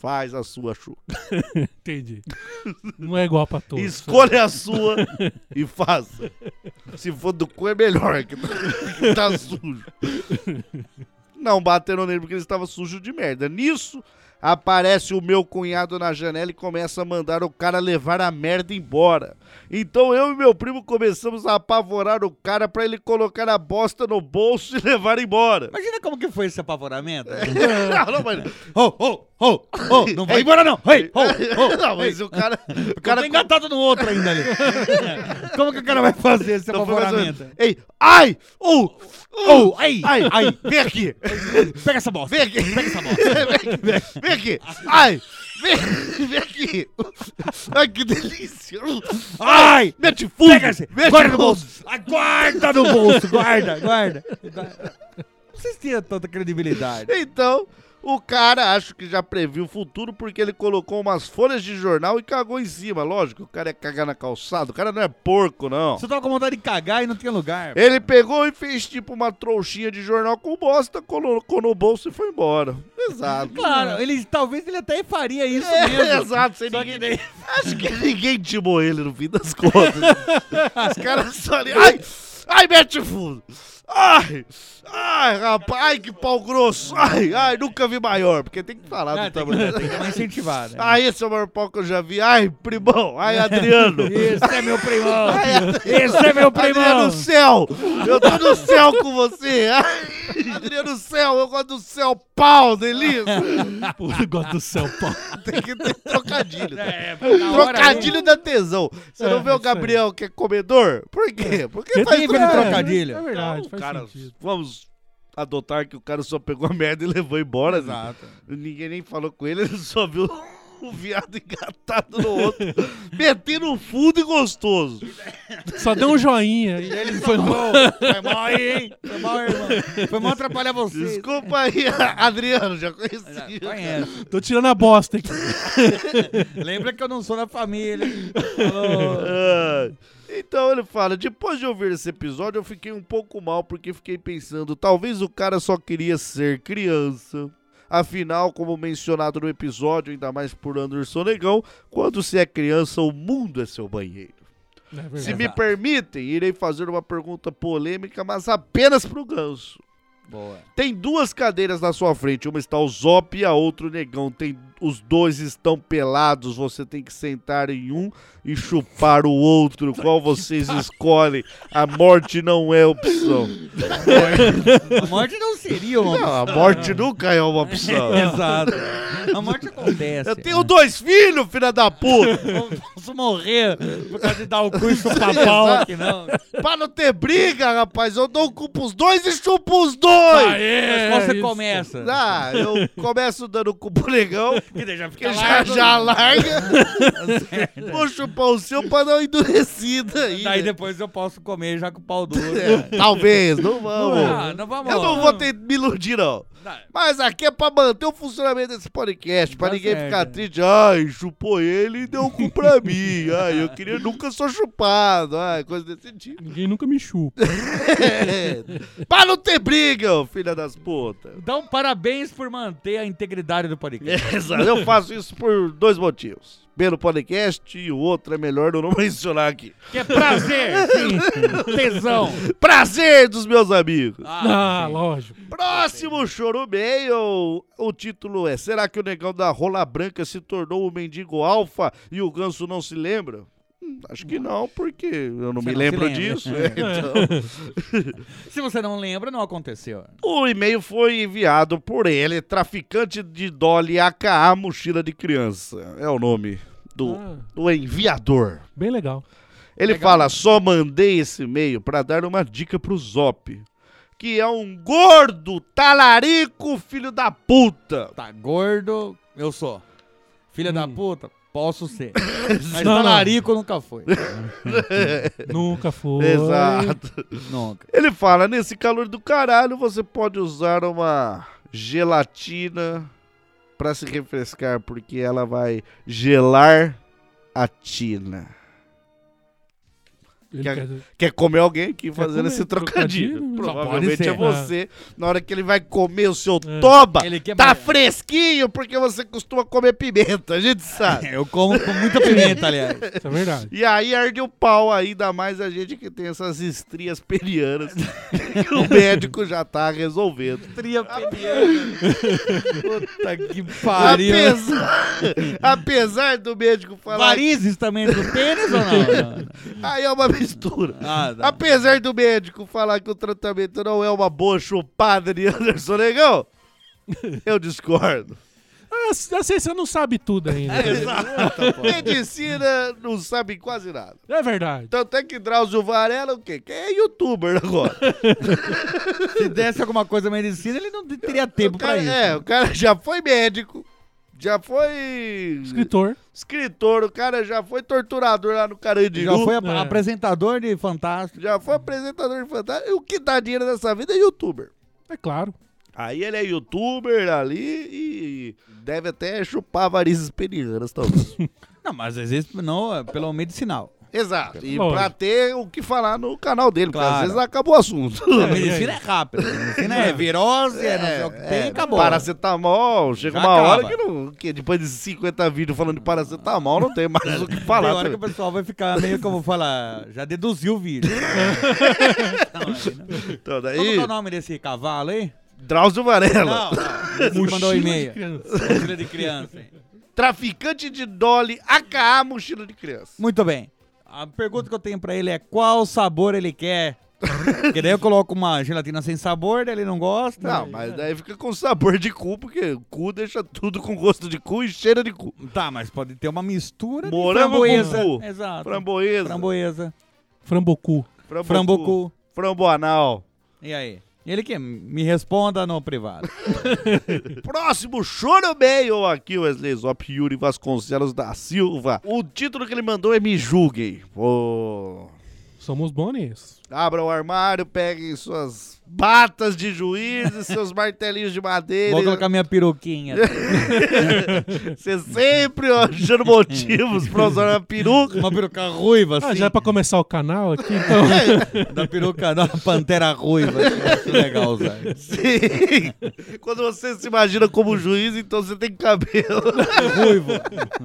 Faz a sua, Xuxa. Entendi. Não é igual pra todos. Escolha a sua e faça. Se for do cu é melhor, que tá sujo. Não bateram nele porque ele estava sujo de merda. Nisso, aparece o meu cunhado na janela e começa a mandar o cara levar a merda embora. Então eu e meu primo começamos a apavorar o cara pra ele colocar a bosta no bolso e levar embora. Imagina como que foi esse apavoramento. Não, mas... Não vai embora não. Não, mas o cara... O cara tá engatado no outro ainda ali. Como que o cara vai fazer esse Então foi mais ou apavoramento? menos, ei, ai, Ai, vem aqui, pega essa bosta. vem aqui, Pega essa bosta. vem aqui, ai, vem aqui, ai que delícia, Ai, mete fundo, pega esse, mete guarda no fundo. bolso. Ah, guarda no bolso, guarda. Não sei se tinha tanta credibilidade. Então, o cara acho que já previu o futuro porque ele colocou umas folhas de jornal e cagou em cima. Lógico, o cara ia cagar na calçada, o cara não é porco, não. Você tava com vontade de cagar e não tinha lugar. Ele pegou e fez tipo uma trouxinha de jornal com bosta, colocou no bolso e foi embora. Exato. Claro, talvez ele até faria isso É, mesmo. exato, sem Só ninguém... que daí- Acho que ninguém timou ele no fim das contas. Os caras só ali... Ai, mete fundo. Ai, rapaz, ai, que pau grosso. Ai, nunca vi maior, porque tem que falar do tamanho. Tem que dar uma incentivada. Esse é o maior pau que eu já vi. Ai, primão. Ai, Adriano. Esse é meu primão. Ai, Esse é meu Adriano primão. Céu. Eu tô no céu com você. Ai, Adriano Céu, eu gosto do céu. Pau, delícia. Pô, eu gosto do céu, pau. Tem que ter trocadilho. Trocadilho da tesão. Você não vê o isso Gabriel que é comedor? Por quê? Porque faz Terrível trocadilho. É verdade, O faz cara, sentido. vamos adotar que o cara só pegou a merda e levou embora. Exato. Ninguém nem falou com ele, ele só viu o viado engatado no outro, metendo um fundo e gostoso. Só deu um joinha e ele foi Foi mal aí, hein? Foi mal, irmão. Foi mal atrapalhar vocês. Desculpa aí, Adriano, já conheci. Conhece. Tô tirando a bosta aqui. Lembra que eu não sou da família. Falou. Então ele fala, depois de ouvir esse episódio eu fiquei um pouco mal porque fiquei pensando, talvez o cara só queria ser criança. Afinal, como mencionado no episódio, ainda mais por Anderson Negão, quando se é criança o mundo é seu banheiro. É verdade. Se me permitem, irei fazer uma pergunta polêmica, mas apenas pro Ganso. Boa. Tem duas cadeiras na sua frente, uma está o Zop e a outra o Negão. Os dois estão pelados, você tem que sentar em um e chupar o outro. Qual vocês escolhem? A morte não é opção. A morte não seria uma Não, a morte nunca é uma opção. Exato. A morte acontece. Eu tenho 2 filhos, filha da puta. Não posso morrer por causa de dar o cu e chupar pau aqui, não. Pra não ter briga, rapaz, eu dou o cu pros dois e chupo os dois. Aê, Mas qual você isso. começa? Ah, eu começo dando o cu pro Negão, Que daí já porque fica já largo. larga. Vou chupar o seu pra dar uma endurecida aí. Daí né? depois eu posso comer já com o pau duro. Talvez, não vamos. Ah, não vamos. Eu não vou me iludir, não. Mas aqui é pra manter o funcionamento desse podcast, pra Tá ninguém certo. ficar triste. Ai, chupou ele e deu o cu pra mim. Ai, eu queria nunca sou chupado. Ai, coisa desse tipo. Ninguém nunca me chupa. Pra não ter briga, ô filha das putas. Então, parabéns por manter a integridade do podcast. Exato, eu faço isso por 2 motivos. Pelo podcast e o outro é melhor eu não mencionar aqui. Que é prazer, sim. Tesão. Prazer dos meus amigos. Ah, lógico. Próximo chorumeio. O título é: será que o Negão da Rola Branca se tornou o mendigo alfa e o Ganso não se lembra? Acho que não, porque eu não Você me não lembro se lembra. disso. Então. Se você não lembra, não aconteceu. O e-mail foi enviado por ele, traficante de Dolly aka Mochila de Criança. É o nome do enviador. Bem legal. Ele fala, só mandei esse e-mail pra dar uma dica pro Zop, que é um gordo talarico filho da puta. Tá gordo, eu sou. Filha da puta, posso ser. Mas Não, talarico nunca foi. Nunca foi. Exato. Nunca. Ele fala, nesse calor do caralho, você pode usar uma gelatina pra se refrescar, porque ela vai gelar a tina. Ele Quer comer alguém aqui fazendo comer, esse trocadilho. trocadilho? Provavelmente Pode ser. é você. Na hora que ele vai comer o seu toba, Ele quer tá mais. fresquinho porque você costuma comer pimenta, a gente sabe. Eu como com muita pimenta, aliás. Isso é verdade. E aí arde o pau, ainda mais a gente que tem essas estrias penianas que o médico já tá resolvendo. Estria peniana. Puta que pariu. Apesar do médico falar... Varizes também do pênis ou não? Aí é uma mistura. Ah, tá. Apesar do médico falar que o tratamento não é uma boa chupada de Anderson Negão, eu discordo. A ciência não sabe tudo ainda. Medicina não sabe quase nada. É verdade. Tanto é que Drauzio Varela, o quê? Que é youtuber agora. Se desse alguma coisa na medicina, ele não teria tempo pra isso. O cara já foi médico, já foi escritor, o cara já foi torturador lá no Carandiru. Já foi É. apresentador de Fantástico. Já foi apresentador de fantasma. E o que dá dinheiro nessa vida é youtuber. É claro. Aí ele é youtuber ali e deve até chupar varizes penianas talvez. Não, mas às vezes não, pelo medicinal. Exato. E Lógico. pra ter o que falar no canal dele, porque Claro. às vezes acabou o assunto. A medicina é rápida. A medicina é virose, é não sei o que tem, acabou. Paracetamol, chega Já uma hora acaba. que depois de 50 vídeos falando de paracetamol, não tem mais o que Tem falar. hora que o pessoal vai ficar meio como falar, já deduziu o vídeo. Então, Como que daí, é o nome desse cavalo aí? Drauzio Varela, Não, esse que mandou o Mochila de e-mail. criança. Mochila de criança. hein? traficante de Dolly, aka mochila de criança. Muito bem. A pergunta que eu tenho pra ele é qual sabor ele quer. Porque daí eu coloco uma gelatina sem sabor, daí ele não gosta. Não, mas daí fica com sabor de cu, porque cu deixa tudo com gosto de cu e cheiro de cu. Tá, mas pode ter uma mistura Morango de framboesa. com cu. Exato. Framboesa. Framboesa. Frambocu. Frambocu. Framboanal. E aí? Ele que me responda no privado. Próximo choromeio aqui, Wesley Zop Yuri Vasconcelos da Silva. O título que ele mandou é Me Julguem. Ô, Somos bons. abra o armário, peguem suas batas de juiz e seus martelinhos de madeira. Vou colocar minha peruquinha. Você sempre achando motivos pra usar uma peruca. Uma peruca ruiva, assim. Ah, já é pra começar o canal aqui, então. Da peruca da pantera ruiva. Acho legal usar. Sim. Quando você se imagina como juiz, então você tem cabelo. Ruivo.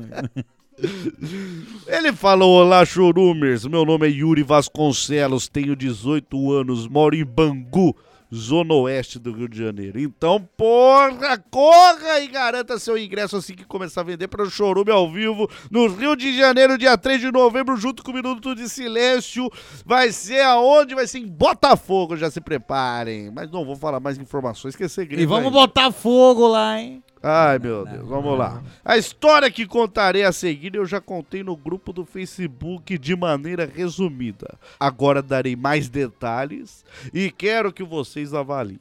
Ele falou: olá, chorumers, meu nome é Yuri Vasconcelos, tenho 18 anos, moro em Bangu, zona oeste do Rio de Janeiro. Então, porra, corra e garanta seu ingresso assim que começar a vender para o Chorume ao vivo no Rio de Janeiro, dia 3 de novembro, junto com o Minuto de Silêncio. Vai ser aonde? Vai ser em Botafogo, já se preparem. Mas não vou falar mais informações, que é segredo. E vamos ainda. botar fogo lá, hein? Ai, meu Deus, vamos lá. A história que contarei a seguir eu já contei no grupo do Facebook de maneira resumida. Agora darei mais detalhes e quero que vocês avaliem.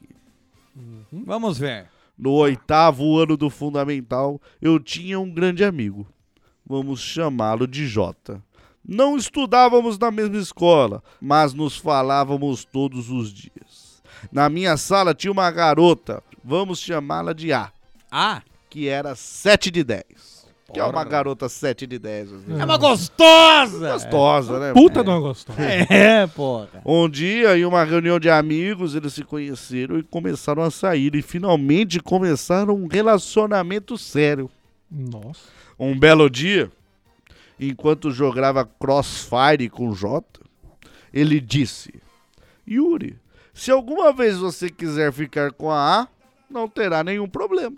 Vamos ver. No 8º ano do Fundamental, eu tinha um grande amigo. Vamos chamá-lo de Jota. Não estudávamos na mesma escola, mas nos falávamos todos os dias. Na minha sala tinha uma garota, vamos chamá-la de A, Ah, que era 7 de 10. Que é uma Porra. garota 7 de 10. Assim. é uma gostosa! Gostosa, né? Puta de uma gostosa. É, porra. Um dia, em uma reunião de amigos, eles se conheceram e começaram a sair. E finalmente começaram um relacionamento sério. Nossa. Um belo dia, enquanto jogava Crossfire com o Jota, ele disse: Yuri, se alguma vez você quiser ficar com a A, não terá nenhum problema.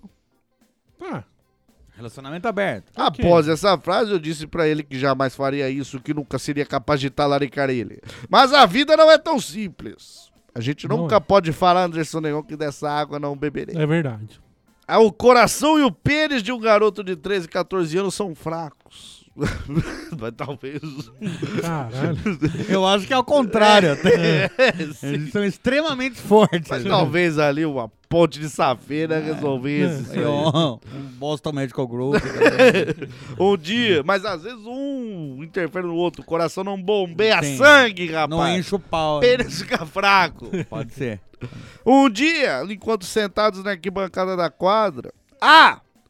Ah, Relacionamento aberto. Ok. Após essa frase, eu disse pra ele que jamais faria isso, que nunca seria capaz de talaricar ele. Mas a vida não é tão simples. A gente Não nunca é. pode falar, Anderson Negão, que dessa água não beberei. é verdade. O coração e o pênis de um garoto de 13, 14 anos são fracos. Mas talvez... Caralho. Eu acho que é o contrário até. Eles são extremamente fortes. Mas talvez ali uma ponte de safena resolvesse. Aí, ó, um Boston Medical Group. Um dia, mas às vezes um interfere no outro. O coração não bombeia Sim. sangue, rapaz. Não enche o pau. Pênis fica fraco. Pode ser. Um dia, enquanto sentados na arquibancada da quadra,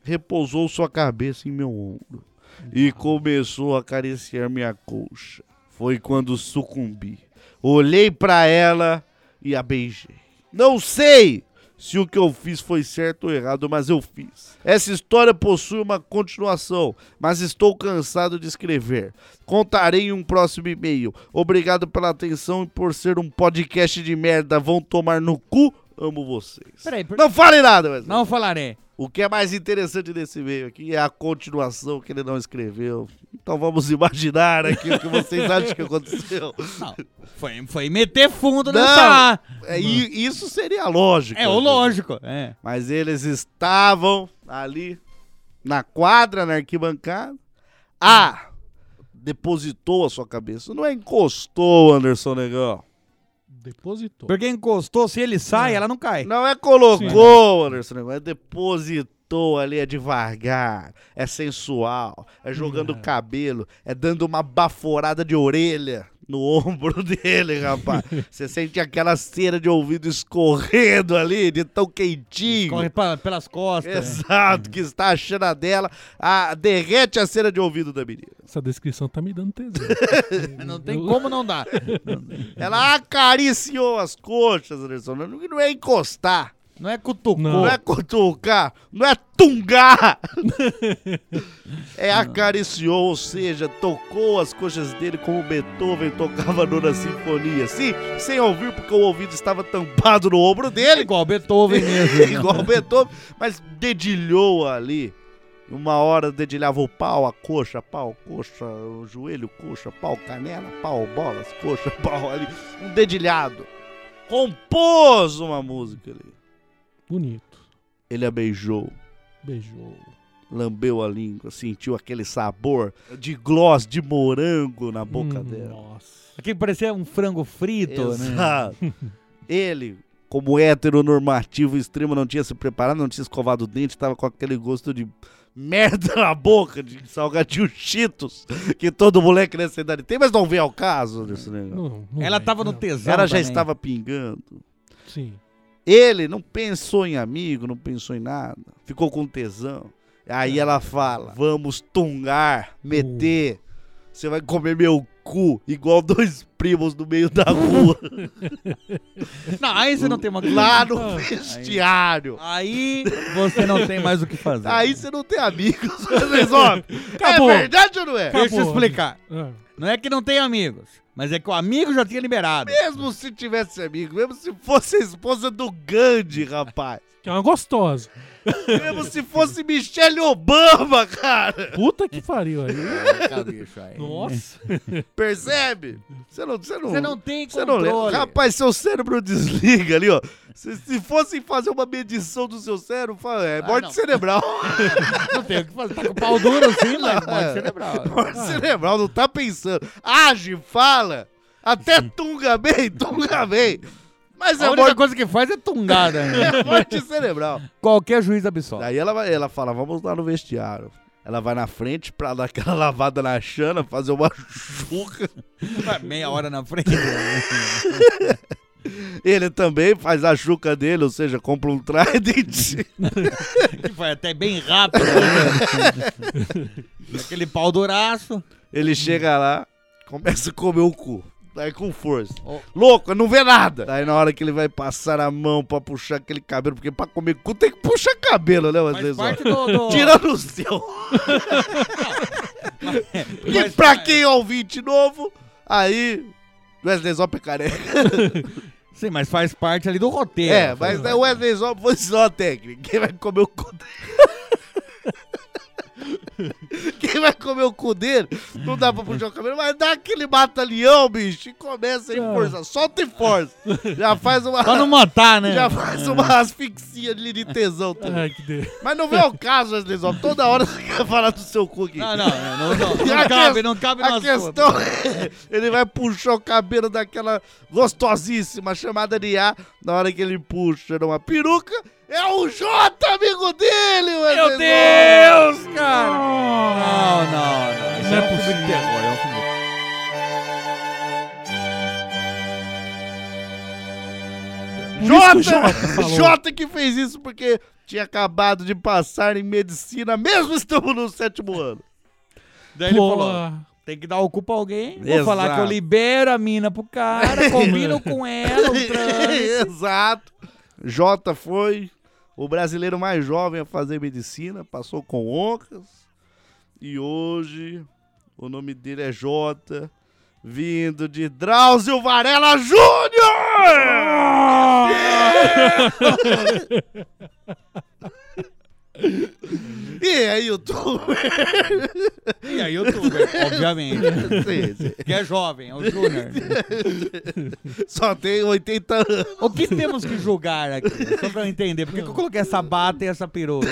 repousou sua cabeça em meu ombro e começou a acariciar minha coxa. foi quando sucumbi. Olhei pra ela e a beijei. Não sei se o que eu fiz foi certo ou errado, mas eu fiz. Essa história possui uma continuação, mas estou cansado de escrever. Contarei em um próximo e-mail. Obrigado pela atenção e por ser um podcast de merda. Vão tomar no cu. Amo vocês. Peraí, Não fale nada, Wesley. não falarei. O que é mais interessante desse e-mail aqui é a continuação que ele não escreveu. Então vamos imaginar aqui o que vocês acham que aconteceu. Não, foi meter fundo nessa... Isso seria lógico. É o lógico. É. Mas eles estavam ali na quadra, na arquibancada. Depositou a sua cabeça. Não é encostou, Anderson Negão. Depositou. Porque encostou, se ele sai, ela não cai. Não é colocou, Anderson Negão. É depositou ali, é devagar. É sensual. É jogando cabelo. É dando uma baforada de orelha no ombro dele, rapaz. Você sente aquela cera de ouvido escorrendo ali, de tão quentinho. Corre pelas costas. Exato, que está achando a dela. Derrete a cera de ouvido da menina. Essa descrição tá me dando tesão. Não tem como não dar. Ela acariciou as coxas, Anderson. Não é encostar. Não é cutucou. Não é cutucar, não é tungar. É acariciou, ou seja, tocou as coxas dele como Beethoven tocava na sinfonia. Sim, sem ouvir porque o ouvido estava tampado no ombro dele. Igual Beethoven mesmo. Igual Beethoven, mas dedilhou ali. Uma hora dedilhava o pau, a coxa, o joelho, coxa, pau, canela, pau, bolas, coxa, pau ali. Um dedilhado. Compôs uma música ali. Bonito. Ele a beijou, Beijou. lambeu a língua, sentiu aquele sabor de gloss, de morango na boca dela. Nossa. Aqui parecia um frango frito, né? Exato. Ele, como heteronormativo extremo, não tinha se preparado, não tinha escovado o dente, tava com aquele gosto de merda na boca, de salgadinho Cheetos, que todo moleque nessa idade tem, mas não vem ao caso desse negócio. Ela é, tava no não. tesão Ela já também. estava pingando. Sim. Ele não pensou em amigo, não pensou em nada. Ficou com tesão. Aí ela fala, vamos tungar, meter. Você vai comer meu cu, igual dois primos no meio da rua. Não, aí você não tem uma... Lá no vestiário. Aí você não tem mais o que fazer. Aí você não tem amigos. Vocês óbvio. Acabou. É verdade ou não é? Deixa eu explicar. Ah, Não é que não tem amigos, mas é que o amigo já tinha liberado. Mesmo se tivesse amigo, mesmo se fosse a esposa do Gandhi, rapaz. que é uma gostosa. Mesmo se fosse Michelle Obama, cara. Puta que pariu aí. Aí. Nossa. Percebe? Você não tem você não lembra. controle. Rapaz, seu cérebro desliga ali, ó. Se fossem fazer uma medição do seu cérebro, fala, morte não. cerebral. Não tem o que fazer. Tá com o pau duro assim, mas pode cerebral. Morte cerebral, não tá pensando. Age, fala. Até tunga bem. Mas A é única morte, coisa que faz é tungada. Né? é morte cerebral. Qualquer juiz absolve. Daí ela fala, vamos lá no vestiário. Ela vai na frente pra dar aquela lavada na chana, fazer uma chuca. Meia hora na frente. Ele também faz a chuca dele, ou seja, compra um trident. Que foi até bem rápido. Né? Aquele pau duraço. Ele chega lá, começa a comer o cu. Daí com força. Louco, não vê nada. Daí na hora que ele vai passar a mão pra puxar aquele cabelo, porque pra comer cu tem que puxar cabelo, né? Às Faz vezes, parte ó. do... Tirando o seu. E pra quem é ouvinte novo, aí... Wesley Zop é careca. Sim, mas faz parte ali do roteiro. É, mas o Wesley Zop foi só a técnica. Quem vai comer o cu dele? Quem vai comer o cu dele, não dá pra puxar o cabelo, mas dá aquele mata-leão, bicho, e começa em força, solta e força. Já faz uma... Pra não matar, né? Já faz uma asfixia ali de tesão também. Ai, que Deus. Mas não vem ao caso, Wesley Zop, toda hora você quer falar do seu cu aqui. Não cabe no A assunto. questão é, ele vai puxar o cabelo daquela gostosíssima chamada de A, na hora que ele puxa numa peruca, é o Jota, amigo dele, Meu Wesley Zop. Deus, cara! Não. Isso Não é é um filme de possível. terror, é um filme de Por isso que o Jota falou. Jota que fez isso porque tinha acabado de passar em medicina, mesmo estando no 7º ano. Daí ele Pô, falou, Tem que dar o cu pra alguém. Vou Exato. falar que eu libero a mina pro cara, combino com ela, um trâmite. Exato. Jota foi o brasileiro mais jovem a fazer medicina, passou com honras. E hoje o nome dele é Jota, vindo de Drauzio Varela Júnior! E aí, youtuber? E aí, youtuber, obviamente. Sim, sim. Que é jovem, é o Júnior. Só tem 80 anos. O que temos que julgar aqui? Só pra eu entender. Por que eu coloquei essa bata e essa peruca?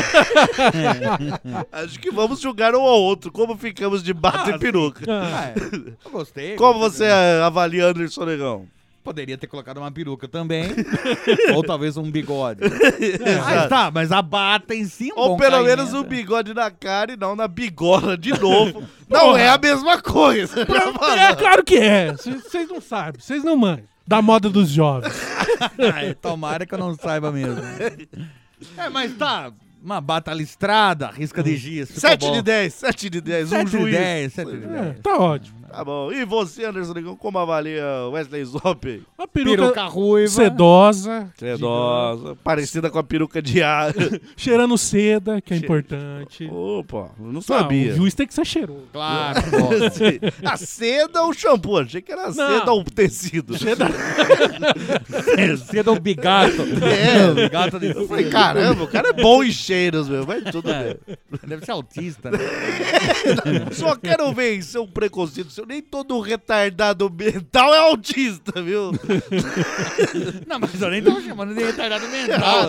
Acho que vamos julgar um ao outro. Como ficamos de bata e peruca. Ah, eu gostei. Como você avalia Anderson Negão? Poderia ter colocado uma peruca também. Ou talvez um bigode. Mas tá, mas a bata em si é um Ou bom pelo caimento. menos um bigode na cara e não na bigola de novo. Não é a mesma coisa. É claro que é. Vocês não sabem, vocês não manjam da moda dos jovens. Ai, tomara que eu não saiba mesmo. Mas tá, uma bata listrada, risca de giz. ficou 7 bom. de 10, 7 de 10, um 7 de juiz. 10, 7 de 10. É, tá ótimo. Tá bom. E você, Anderson Negão, como avalia Wesley Zop? Uma Peruca peruca ruiva. sedosa, Sedosa, parecida com a peruca de ar. cheirando seda, que é importante. Opa, eu não Não, sabia. o juiz tem que ser cheiroso. Claro, pô. A seda ou o shampoo? Achei que era a seda ou o tecido. Cedo ou bigato. É. Bigato de Eu falei, seda. caramba, o cara é bom em cheiros, meu. Vai tudo bem. Deve ser autista, né? Só quero vencer um preconceito seu. Nem todo retardado mental é autista, viu? Não, mas eu nem tava chamando de retardado mental.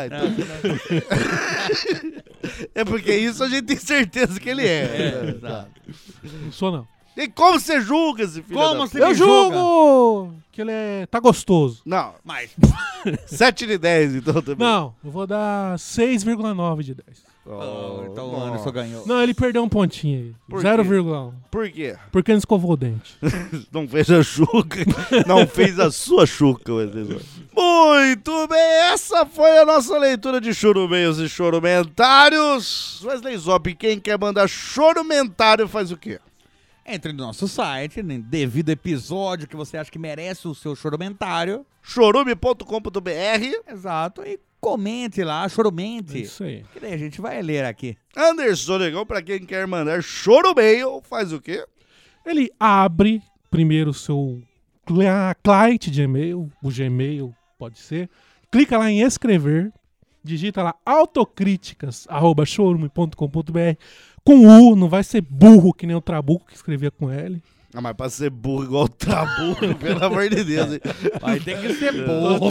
É porque isso a gente tem certeza que ele é. Exato. Não sou, não. E como você julga esse filho Como da... você Eu me julga? julgo que ele tá gostoso. Não, Mas 7 de 10 então também. Não, eu vou dar 6,9 de 10. então o Anderson ganhou. Não, ele perdeu um pontinho aí. Por quê? 0,1. Por quê? Porque não escovou o dente. Não fez a chuca. Não fez a sua chuca, Wesley Zop. Muito bem, essa foi a nossa leitura de chorumeios e chorumentários. Wesley Zop, quem quer mandar chorumentário faz o quê? Entre no nosso site, né, devido episódio que você acha que merece o seu chorumentário. chorume.com.br. Exato. E comente lá, chorumente. Isso aí. Que daí a gente vai ler aqui. Anderson Negão, pra quem quer mandar chorumeio, faz o quê? Ele abre primeiro o seu client de e-mail, o Gmail pode ser, clica lá em escrever, digita lá autocríticas@chorume.com.br com U, não vai ser burro que nem o Trabuco que escrevia com L. Ah, mas pra ser burro igual o Trabuco, pelo amor de Deus. Hein? Vai ter que ser burro.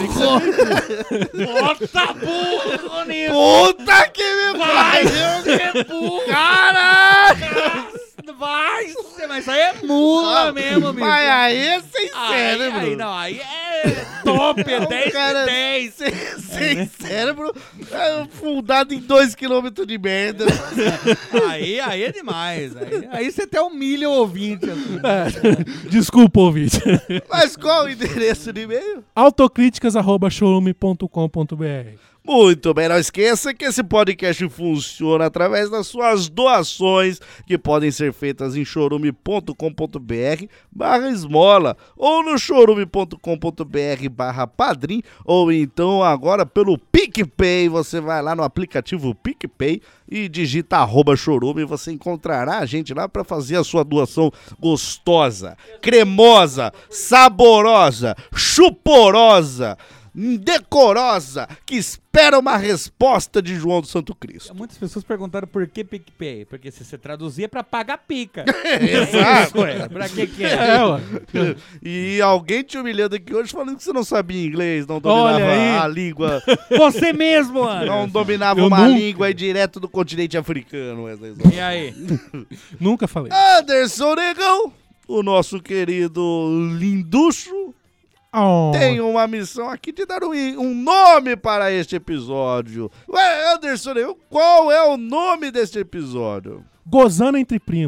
Bota burro nisso. Puta que me pariu! ser burro. Caraca! Vai ser, mas isso aí é mula mesmo, bicho. Mas aí é sem Aí, cérebro. aí, não, aí é top, é 10 cara de 10. Sem cérebro, fundado em 2 km de merda. Aí é demais. Aí você até humilha o ouvinte. Assim. Desculpa, ouvinte. Mas qual o endereço de e-mail? autocríticas@chorume.com.br. Muito bem, não esqueça que esse podcast funciona através das suas doações, que podem ser feitas em chorume.com.br/esmola ou no chorume.com.br/padrim, ou então agora pelo PicPay. Você vai lá no aplicativo PicPay e digita @chorume e você encontrará a gente lá para fazer a sua doação gostosa, cremosa, saborosa, chuporosa, decorosa, que espera uma resposta de João do Santo Cristo. Muitas pessoas perguntaram por que PicPay. Porque se você traduzir é pra pagar pica. Exato. Pra que é? Ué. E alguém te humilhando aqui hoje falando que você não sabia inglês, não dominava Olha aí. a língua, Você mesmo, mano. não dominava Eu uma nunca. língua aí direto do continente africano. Wesley Zop. E aí? Nunca falei. Anderson Negão, o nosso querido linducho, Oh. tem uma missão aqui de dar um nome para este episódio. Ué, Anderson Negão, qual é o nome deste episódio? Gozando entre primos.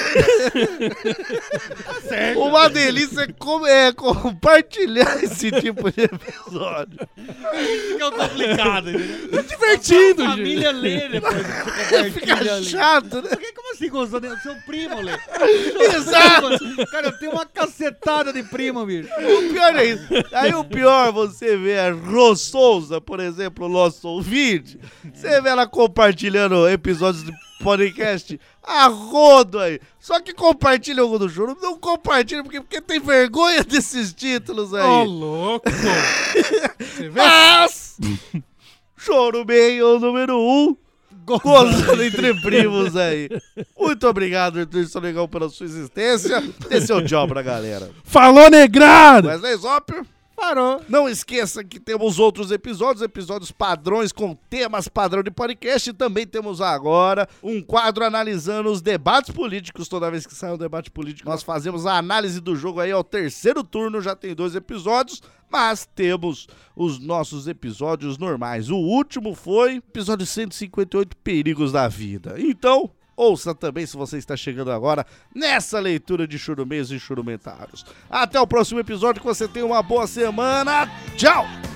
Uma delícia é compartilhar esse tipo de episódio. Isso que é o complicado, entendeu? Divertido, A gente. família lê depois que você Fica compartilha ali. chato, né? Como assim gostou dele? Seu primo, Lê. Exato. Cara, eu tenho uma cacetada de primo, bicho. O pior é isso. Aí o pior, você vê a Rô Souza, por exemplo, o nosso ouvinte. Você vê ela compartilhando episódios de podcast a rodo aí. Só que compartilha o do Choro. Não compartilha porque tem vergonha desses títulos aí. Ô, louco. Você vê? Mas Choro Meio número 1. Gozando entre primos aí. Muito obrigado, Arthur Sonegão, pela sua existência. Esse é o tchau pra galera. Falou, negrado! Wesley Zop. Parou. Não esqueça que temos outros episódios padrões com temas padrão de podcast. E também temos agora um quadro analisando os debates políticos. Toda vez que sai um debate político, nós fazemos a análise do jogo aí ao terceiro turno. Já tem 2 episódios, mas temos os nossos episódios normais. O último foi episódio 158, Perigos da Vida. Então, ouça também se você está chegando agora nessa leitura de churumeiros e churumentários. Até o próximo episódio, que você tenha uma boa semana. Tchau!